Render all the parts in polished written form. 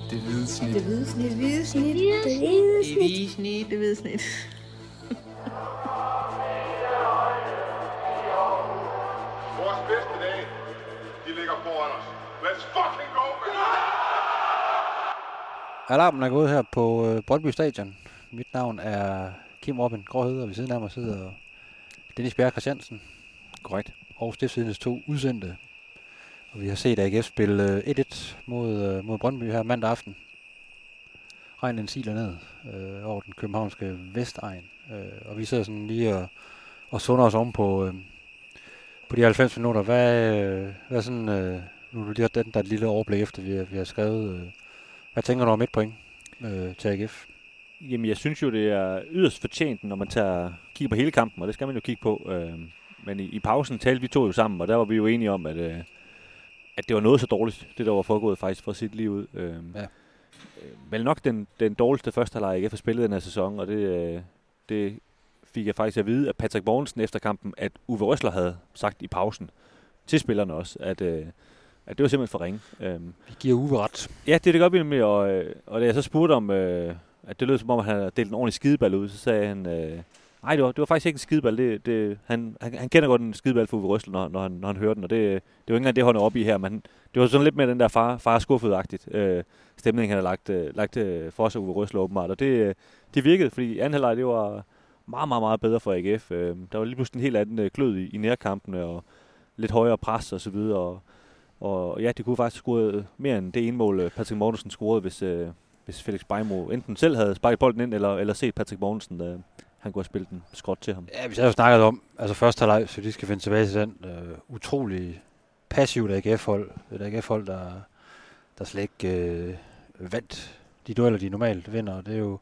Det hvide snit. Det hvide snit. Det hvide snit. Det hvide snit. Det hvide snit. Det hvide snit. Vores bedste dage, de ligger foran os. Let's fucking go, man! Alarmen er gået her på Brøndby Stadion. Mit navn er Kim Robin Gråhede, og ved siden af mig sidder Dennis Bjerg Christiansen. Korrekt. Og Stiftstidendes 2 udsendte. Og vi har set AGF spille 1-1 mod Brøndby her mandag aften. Regnen siler ned over den københavnske vestegn. Og vi sidder sådan lige og sunder os om på de 90 minutter. Hvad sådan, nu er det lige den der et lille overblik efter, vi har skrevet. Hvad tænker du om 1 point til AGF? Jamen, jeg synes jo, det er yderst fortjent, når man kigger på hele kampen, og det skal man jo kigge på. Men i pausen talte vi to jo sammen, og der var vi jo enige om, at det var noget så dårligt, det der var foregået faktisk for sit liv ud. Ja. Vel nok den dårligste første halvleg AGF har spillet den her sæson, og det fik jeg faktisk at vide af Patrick Mogensen efter kampen, at Uwe Rösler havde sagt i pausen til spillerne også, at det var simpelthen for ringe. Vi giver Uwe ret. Ja, det gør vi nemlig, og da jeg så spurgte om, at det lød som om, han havde delt en ordentlig skideball ud, så sagde han, nej, det var faktisk ikke en skideball. Han kender godt en skideball for Uwe Rösler, når han hører den, og det var ikke engang det, han er oppe i her, men det var sådan lidt mere den der far skuffet-agtigt stemning, han havde lagt for sig Uwe Rösler åbenbart, og det virkede, fordi anden halvleg, det var meget, meget, meget bedre for AGF. Der var lige pludselig en helt anden glød i nærkampene, og lidt højere pres og så videre, og ja, de kunne faktisk score mere end det ene mål, Patrick Mogensen scorede, hvis Felix Beijmo enten selv havde sparket bolden ind, eller set Patrick Mogensen, han kunne have spillet den skråt til ham. Ja, vi har jo snakket om, altså første halvleg, så de skal finde tilbage til den utrolig passivt AGF-hold. Et AGF-hold, der slet ikke vandt de dueller, de normalt vinder. Det er jo,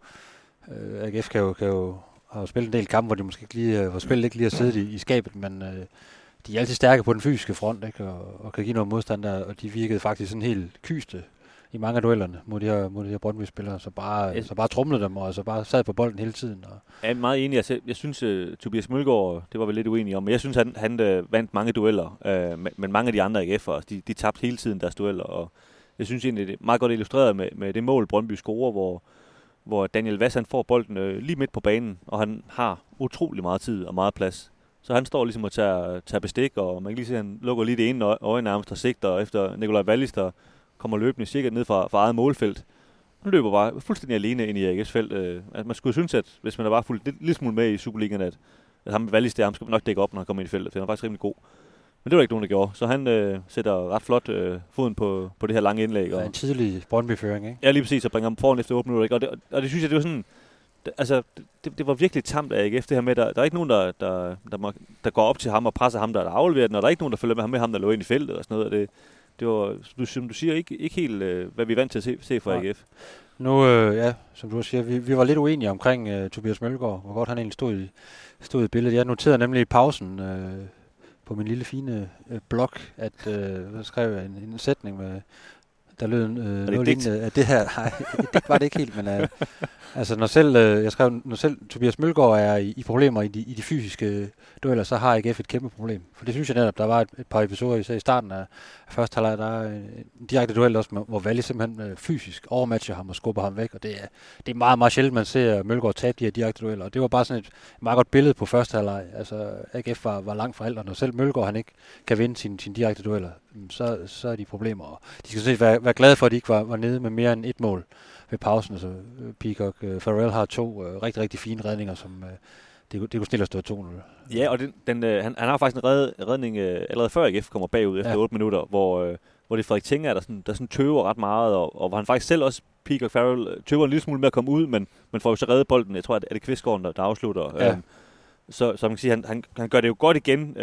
AGF har jo spillet en del kampe, hvor de måske ikke lige, hvor spillet ikke lige har siddet i skabet, men de er altid stærke på den fysiske front, ikke? Og kan give noget modstand der, og de virkede faktisk sådan helt kyste i mange af duellerne mod de her Brøndby-spillere, så bare trumlede dem, og så bare sad på bolden hele tiden. Og jeg er meget enig. Jeg synes, Tobias Mølgaard, det var vi lidt uenige om, men jeg synes, han vandt mange dueller, men mange af de andre AGF'ere, de tabte hele tiden deres dueller, og jeg synes egentlig, det er meget godt illustreret med det mål, Brøndby scorer, hvor Daniel Vass, han får bolden lige midt på banen, og han har utrolig meget tid og meget plads. Så han står ligesom og tager bestik, og man kan lige se, at han lukker lige det ene øje nærmest og sigter efter Nikolaj Wallis, der kommer løbende sikkert ned fra eget målfelt. Han løber bare fuldstændig alene ind i AGF's felt. Altså man skulle synes, at hvis man er bare fuldt lidt smule med i Superligaen, at ham Wallis der, ham skal man nok dække op, når han kommer ind i feltet, for han er faktisk rimelig god. Men det var ikke nogen, der gjorde. Så han sætter ret flot foden på det her lange indlæg. Ja, en tidlig Brøndby-føring, ikke? Ja, lige præcis, og bringer ham foran efter 8 minutter. Ikke? Og det synes jeg, det var sådan... Det var virkelig tamt af AGF, det her med, der er ikke nogen, der går op til ham og presser ham, der afleverer den, og der er ikke nogen, der følger med ham, der lå ind i feltet og sådan noget. Det var, som du siger, ikke helt, hvad vi er vant til at se fra AGF. Nu, som du siger, vi var lidt uenige omkring Tobias Mølgaard, hvor godt han egentlig stod i billedet. Jeg noterede nemlig i pausen på min lille fine blog, at jeg skrev en sætning med... Der lød noget lignende af det her. Nej, det var det ikke helt, men altså når selv Tobias Mølgaard er i problemer i de fysiske dueller, så har AGF et kæmpe problem. For det synes jeg netop, der var et par episoder i starten af første halvleg, der er en direkte duel også, hvor Wallis simpelthen fysisk overmatcher ham og skubber ham væk, og det er meget, meget sjældent, man ser Mølgaard tabe de her direkte dueller, og det var bare sådan et meget godt billede på første halvleg. Altså AGF var langt fra alt, og når selv Mølgaard han ikke kan vinde sine direkte dueller, så er de problemer. Og de skal sådan set være glade for, at de ikke var nede med mere end 1 mål ved pausen. Altså Peacock Farrell har 2 rigtig, rigtig fine redninger, som det kunne snille at stå 2-0. Ja, og han har faktisk en redning allerede før AGF kommer bagud efter 8 minutter, hvor det er Frederik Tinger, der sådan tøver ret meget, og hvor han faktisk selv også, Peacock Farrell, tøver en lille smule med at komme ud, men får jo så reddet bolden. Jeg tror, at det Kvistgaard, der afslutter. Ja. Så man kan sige, han gør det jo godt igen,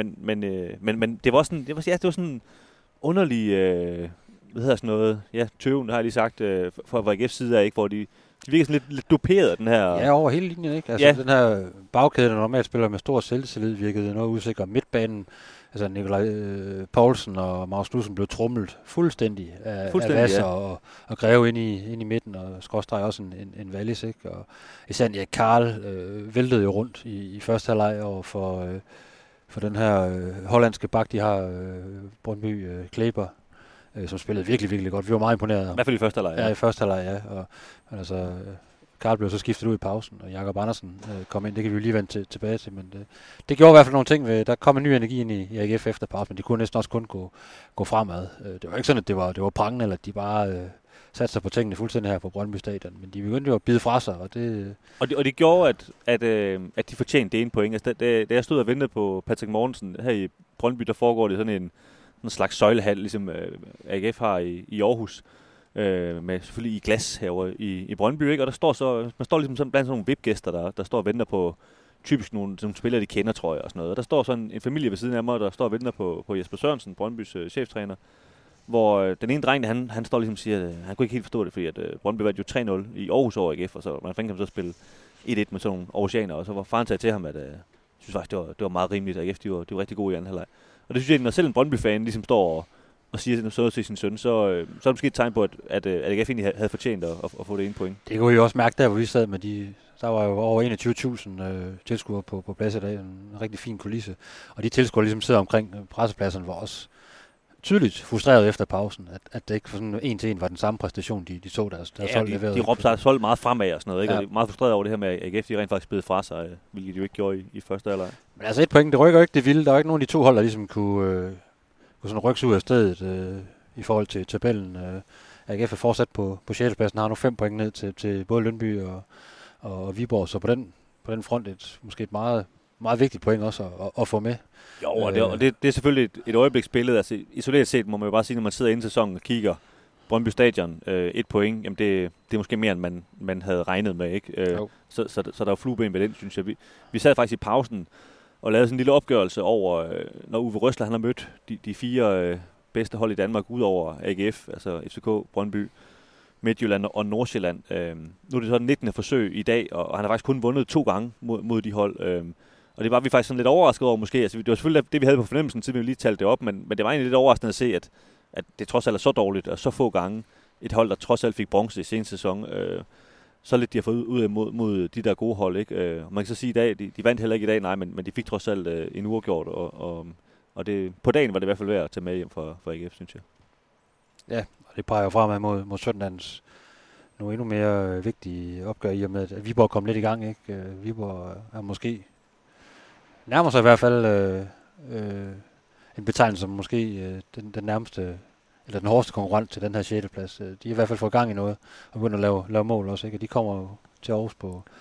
men det var sådan, det var sådan underlig, hvad hedder sådan noget, ja, tøven, har jeg lige sagt, fra AGF's side af, ikke, hvor de virker sådan lidt duperet, den her... Ja, over hele linjen, ikke? Altså, den her bagkæde, der normalt spiller med stor selvtillid, virkede noget usikker. Midtbanen, altså Nikolaj Poulsen og Magnus Knudsen blev trumlet fuldstændig af Vasser og Greve ind i midten, og skråstreg også en Wallis, ikke? Og især Karl væltede jo rundt i første halvleg over for den her hollandske bak, de har Brøndby Kleber. som spillede virkelig, virkelig godt. Vi var meget imponeret. I hvert fald i første halvleg. Ja, i første halvleg, ja. Og altså, Karl blev så skiftet ud i pausen, og Jakob Andersen kom ind. Det kan vi jo lige vende tilbage til, men det gjorde i hvert fald nogle ting ved. Der kom en ny energi ind i AGF efter pausen, men de kunne næsten også kun gå fremad. Det var ikke sådan, at det var prangende, eller at de bare satte sig på tingene fuldstændig her på Brøndby Stadion, men de begyndte jo at bide fra sig, og det... Og det gjorde, at de fortjente det ene point. Altså, da jeg stod og ventede på Patrick Mortensen her i Brøndby, der foregår det sådan en slags søjlehal, ligesom AGF har i Aarhus, med selvfølgelig i glas herovre i Brøndby, ikke? Og man står ligesom blandt sådan nogle VIP-gæster, der står og venter på typisk nogle spillere, de kender, tror jeg, og sådan noget. Og der står sådan en familie ved siden af mig, der står og venter på Jesper Sørensen, Brøndbys cheftræner, hvor den ene dreng, han står ligesom og siger, at han kunne ikke helt forstå det, fordi at Brøndby vandt jo 3-0 i Aarhus over AGF, og så man fik ham så spille 1-1 med sådan nogle aarhusianer, og så var faren taget til ham, at jeg synes faktisk, det var meget rimeligt, at AGF de var rigtig gode i anden halvleg. Og det synes jeg, når selv en Brøndby-fan ligesom står og siger noget til sin søn, så er det måske et tegn på, at AGF egentlig havde fortjent at få det ene point. Det kunne vi jo også mærke der, hvor vi sad med der var jo over 21.000 tilskuere på plads i dag, en rigtig fin kulisse. Og de tilskuere ligesom sidder omkring pressepladserne var også tydeligt frustreret efter pausen, at det ikke for sådan en til en var den samme præstation, de så deres hold leveret. De råbte sig solgt meget fremad og sådan noget, ikke? Ja. Og de er meget frustreret over det her med, at AGF de rent faktisk spillede fra sig, hvilket de jo ikke gjorde i første halvleg. Men altså 1 point, det rykker jo ikke det vilde. Der er jo ikke nogen af de 2 hold, der ligesom kunne sådan rykke ud af stedet i forhold til tabellen. AGF er fortsat på 6. pladsen, har nu 5 point ned til både Lyngby og Viborg, så på den front måske et meget, meget vigtigt point også at få med. Jo, og det er selvfølgelig et øjebliksbillede. Altså, isoleret set må man jo bare sige, når man sidder inde i sæsonen og kigger Brøndby Stadion, 1 point, jamen det er måske mere, end man havde regnet med, ikke? Så der er jo flueben med den, synes jeg. Vi sad faktisk i pausen og lavede sådan en lille opgørelse over, når Uwe Røsler han har mødt de 4 bedste hold i Danmark, ud over AGF, altså FCK, Brøndby, Midtjylland og Nordsjælland. Nu er det så den 19. forsøg i dag, og han har faktisk kun vundet 2 gange mod de hold. Og det var vi faktisk sådan lidt overrasket over måske. Altså, det var selvfølgelig det, vi havde på fornemmelsen, siden vi lige talte det op, men det var egentlig lidt overraskende at se, at det trods alt er så dårligt, og så få gange et hold, der trods alt fik bronze i seneste sæson, så lidt de har fået ud mod de der gode hold, ikke? Man kan så sige i dag, de vandt heller ikke i dag, nej, men de fik trods alt en uafgjort, og det, på dagen var det i hvert fald værd at tage med hjem for AGF, synes jeg. Ja, og det peger jo fremad mod søndagens nogle endnu mere vigtige opgør i og med, at Viborg kom lidt i gang, ikke? Viborg er måske nærmer sig i hvert fald en betegnelse som måske den nærmeste, eller den hårdeste konkurrent til den her 6. plads. De har i hvert fald fået gang i noget, og begynder at lave mål også, ikke? Og de kommer jo til Aarhus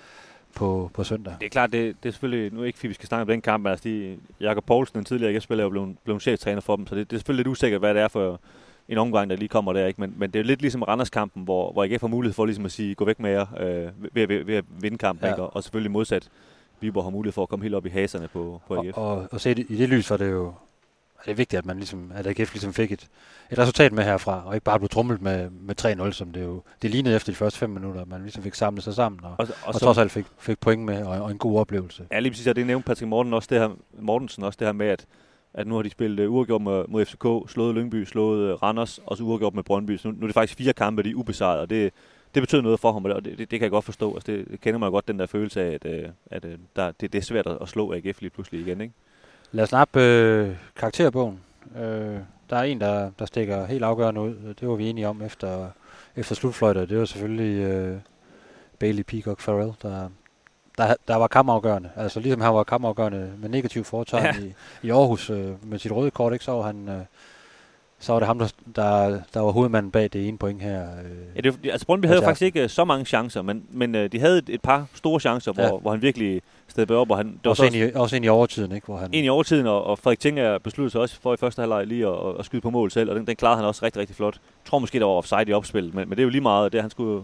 på søndag. Det er klart, det er selvfølgelig, nu ikke fordi vi skal snakke om den kamp, men altså Jakob Poulsen, den tidligere AGF-spiller, er jo blevet cheftræner for dem, så det er selvfølgelig lidt usikkert, hvad det er for en omgang, der lige kommer der, ikke? Men det er jo lidt ligesom Randers-kampen, hvor AGF har mulighed for ligesom at sige, gå væk med jer ved at vinde kampen, ja. Ikke? Og selvfølgelig modsat, Viborg har mulighed for at komme helt op i haserne på AGF. Og set i det lys var det jo det er vigtigt, at man ligesom, at AGF ligesom fik et resultat med herfra, og ikke bare blev trumlet med 3-0, som det lignede efter de første 5 minutter, man ligesom fik samlet sig sammen, og trods alt fik point med, og en god oplevelse. Ja, lige præcis, og det nævnte Patrick Mortensen også det her med, at nu har de spillet uafgjort mod FCK, slået Lyngby, slået Randers, og så uafgjort med Brøndby. Så nu er det faktisk 4 kampe, de er ubesejret, og det betyder noget for ham, og det kan jeg godt forstå. Altså det kender man godt, den der følelse af, at det er svært at slå AGF lige pludselig igen, ikke? Lad os snappe karakterbogen. Der er en, der stikker helt afgørende ud. Det var vi enige om efter slutfløjtet. Det var selvfølgelig Bailey Peacock Farrell, der var kammerafgørende. Altså ligesom han var kammerafgørende med negativ foretegn i Aarhus med sit røde kort, ikke? Så var det ham, der var hovedmanden bag det ene point her. Altså Brøndby havde jo faktisk ikke så mange chancer, men de havde et par store chancer, hvor han virkelig steppede op. Og han, også ind i overtiden, ikke? Ind i overtiden, og Frederik Tinger besluttede sig også for i første halvleg lige at skyde på mål selv, og den klarede han også rigtig, rigtig flot. Jeg tror måske, der var offside i opspil, men det er jo lige meget det, han skulle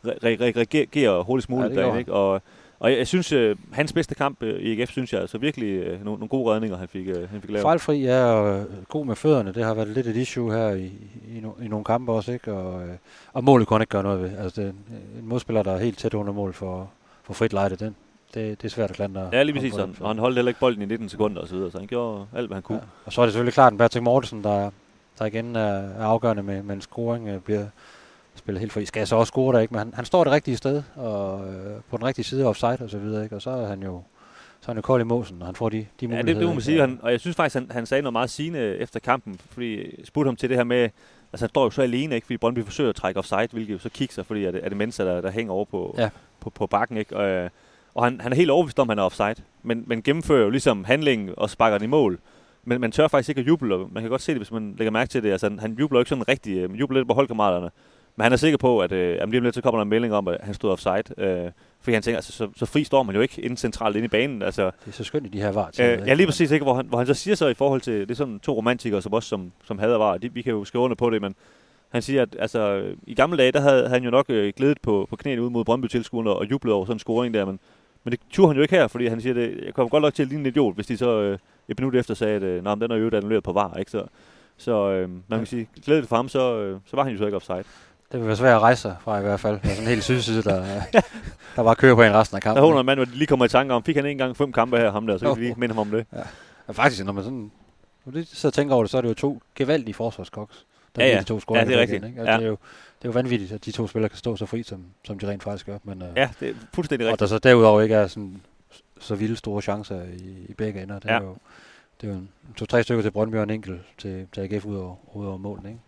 reagere hurtigst muligt bag, ikke? Og jeg synes, hans bedste kamp i AGF, synes jeg, altså virkelig nogle gode redninger, han fik lavet. Fejlfri er og god med fødderne. Det har været lidt et issue her i nogle kampe også, ikke? Og målet kunne han ikke gøre noget ved. Altså en modspiller, der er helt tæt under mål for frit lejde, det er svært at klandre. Ja, lige præcis. Og han holdt heller ikke bolden i 19 sekunder og så videre, så han gjorde alt, hvad han kunne. Ja. Og så er det selvfølgelig klart, at Patrick Mortensen, der igen er afgørende med en scoring, bliver spillet helt fri. Skal jeg så også score der, ikke? Men han står det rigtige sted, og på den rigtige side offside og så videre, ikke? Og så er han jo kold i måsen, og han får de muligheder. Ja, det må man sige, og jeg synes faktisk, han sagde noget meget sigende efter kampen, fordi jeg spurgte ham til det her med, Altså han står jo så alene, ikke? Fordi Brøndby forsøger at trække offside, hvilket jo så kigger, fordi er det mennesker, der hænger over på bakken, ikke? Og han er helt overbevist om, han er offside, men gennemfører jo ligesom handlingen og sparker den i mål. Men man tør faktisk ikke at juble, og man kan godt se det, hvis man lægger mærke til det. Altså han jubler jo ikke sådan rigtigt, man jubler lidt på holdkammeraterne. Men han er sikker på, at lige om lidt så kommer der en melding om, at han stod offside. Fordi han tænker, altså så fri står man jo ikke inden centralt inde i banen. Altså, det er så skønt i de her var. Ja, lige præcis, ikke? Hvor han så siger så i forhold til, det er sådan 2 romantikere som os, som hader var. Vi kan jo skrive under på det, men han siger, at altså, i gamle dage, der havde han jo nok glædet på knæene ud mod Brøndby-tilskuerne og jublet over sådan en scoring der, men det turde han jo ikke her, fordi han siger, at jeg kommer godt nok til at ligne en idiot, hvis de så et minut efter sagde, at den er jo annulleret på VAR, ikke? Så man kan sige, glædet for ham, så var han jo så ikke offside. Det vil være svært at rejse sig fra i hvert fald. Der er sådan en helt sydside, der bare kører på en resten af kampen. Der er en mand, hvor de lige kommer i tanke om, fik han ikke engang 5 kampe her, ham der, så kan vi lige minde ham om det. Ja, faktisk, når man sådan så tænker over det, så er det jo 2 gevaldige forsvarskoks. Der de 2 scorer. Ja, det er rigtigt. Igen, ja. Det er jo vanvittigt, at de 2 spillere kan stå så fri, som de rent faktisk gør. Men, ja, det er fuldstændig rigtigt. Og der så derudover ikke er sådan så vilde store chancer i begge ender. Det er jo 2-3 stykker til Brøndby og en enkelt til AGF ud over målen, ikke?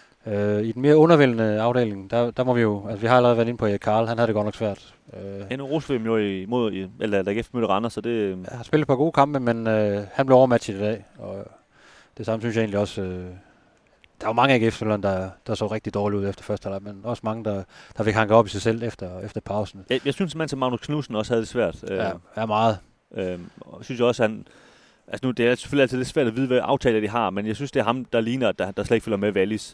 I den mere undervældende afdeling, der må vi jo, altså vi har allerede været inde på Erik Karl, han havde det godt nok svært. Nu roste vi jo eller AGF mødte Randers, så det... Jeg har spillet et par gode kampe, men han blev overmatchet i dag, og det samme synes jeg egentlig også. Der var mange AGF-spillere, der så rigtig dårligt ud efter første halvleg, men også mange, der fik hanket op i sig selv efter pausen. Jeg synes, at Magnus Knudsen også havde det svært. Ja, meget. Og synes jeg også, han... Altså nu, det er selvfølgelig altid lidt svært at vide, hvad aftaler de har, men jeg synes, det er ham, der ligner, der slet ikke følger med Wallis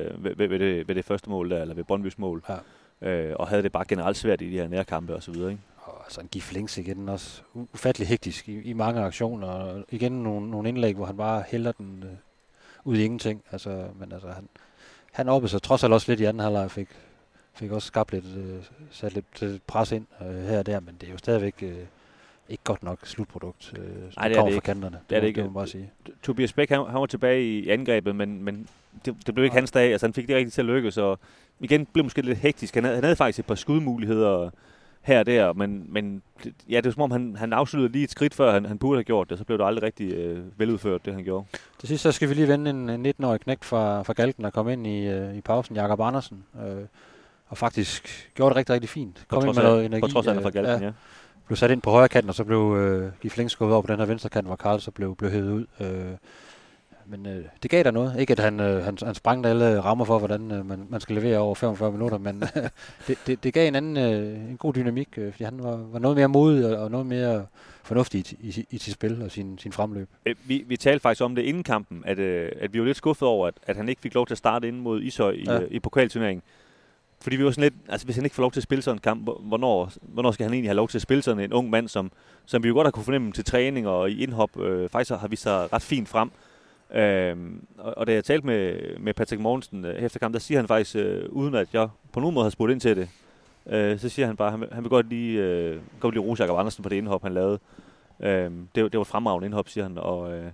ved det første mål, eller ved Brøndbys mål. Ja. Og havde det bare generelt svært i de her nærkampe og så videre, ikke? Og så en Gif Links igen også ufattelig hektisk i mange aktioner, og igen nogle indlæg, hvor han bare hælder den ud i ingenting. Altså, men altså, han oppe sig trods alt også lidt i anden halvleg, fik også skabt sat lidt pres ind her og der, men det er jo stadigvæk... ikke godt nok slutprodukt, Nej, det er det fra kanterne. Det er det ikke. Det må man bare sige. Tobias Bæk, han var tilbage i angrebet, men det blev ikke hans dag. Altså, han fik det rigtigt til at lykkes, og igen blev måske lidt hektisk. Han havde faktisk et par skudmuligheder her og der, men ja, det var som om, han afsluttede lige et skridt før, han burde have gjort det, så blev det aldrig rigtig veludført, det han gjorde. Til sidst så skal vi lige vende en 19-årig knægt fra Galten, der kom ind i pausen, Jakob Andersen, og faktisk gjorde det rigtig, rigtig fint. Kom ind med noget energi. På trods af han fra Galten, ja. Blev sat ind på højre kanten, og så blev Gif Links gået over på den her venstre kant, hvor Karl så blev hævet ud. Men det gav der noget. Ikke at han sprang alle rammer for, hvordan man skal levere over 45 minutter, men det gav en god dynamik, fordi han var noget mere modig og noget mere fornuftig i sit spil og sin fremløb. Vi talte faktisk om det inden kampen, at vi var lidt skuffet over, at han ikke fik lov til at starte inde mod Ishøj i pokalturneringen. Fordi vi var sådan lidt, altså hvis han ikke får lov til at spille sådan en kamp, hvornår skal han egentlig have lov til at spille sådan en ung mand, som vi jo godt har kunne fornemme til træning og i indhop, faktisk har vist sig ret fint frem. Og da jeg talte med Patrick Mogensen efter kampen, der siger han faktisk, uden at jeg på nogen måde har spurgt ind til det, så siger han bare, at han vil godt lige rose Jakob Andersen på det indhop, han lavede. Det var et fremragende indhop, siger han,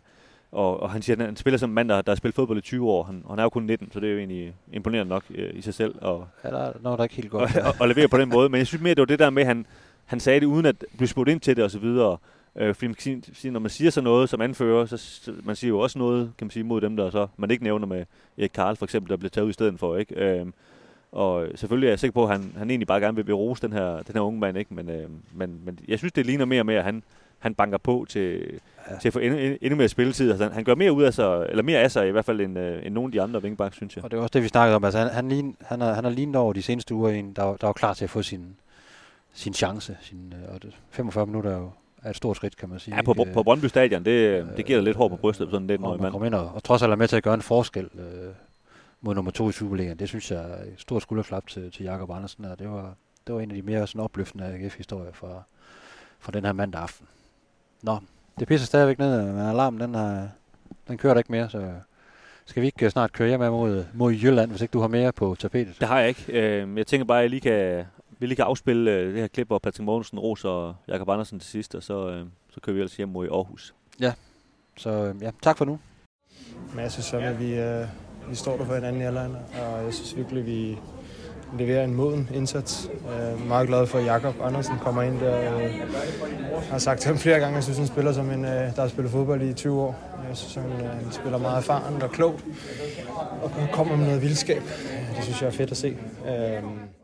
og han siger, at han spiller som en mand, der har spillet fodbold i 20 år. Han er jo kun 19, så det er jo egentlig imponerende nok i sig selv. Ja, der er noget, der ikke helt godt. Og levere på den måde. Men jeg synes mere, det var det der med, han sagde det uden at blive spurgt ind til det og så videre. Fordi man kan sige, når man siger sådan noget som anfører, så man siger jo også noget, kan man sige, mod dem, der så man ikke nævner med Erik Karl for eksempel, der bliver taget ud i stedet for, ikke? Og selvfølgelig er jeg sikker på, at han egentlig bare gerne vil rose den her unge mand, ikke? Men jeg synes, det ligner mere og mere, at han banker på til at få endnu mere spilletid. Altså, han gør mere ud af sig, eller mere af sig i hvert fald, end nogle af de andre wingback, synes jeg. Og det er også det, vi snakkede om. Altså, han har lignet over de seneste uger en, der var klar til at få sin chance. Og 45 minutter er et stort skridt, kan man sige. Ja, på Brøndby Stadion, det giver lidt hår på brystet på sådan en 19-årig mand. Kommer ind og trods alt er med til at gøre en forskel mod nummer 2 i Superligaen. Det synes jeg er et stort skulderklap til Jakob Andersen. Og det var en af de mere sådan opløftende AGF-historier fra den her mandag aften. Nå, det pisser stadigvæk ned, men alarmen, den kører der ikke mere, så skal vi ikke snart køre hjem mod Jylland, hvis ikke du har mere på tapetet? Det har jeg ikke. Jeg tænker bare, at vi lige kan afspille det her klip, hvor Patrick Mogensen roser Jakob Andersen til sidst, og så kører vi altså hjem mod Aarhus. Ja, så tak for nu. Men jeg synes, at vi står der for hinanden i Irland, og jeg synes virkelig, vi leverer en moden indsats. Meget glad for, at Jakob Andersen kommer ind der. Jeg har sagt til ham flere gange, at jeg synes, han spiller som en, der har spillet fodbold i 20 år. Jeg synes, han spiller meget erfaren og klogt og kommer med noget vildskab. Det synes jeg er fedt at se.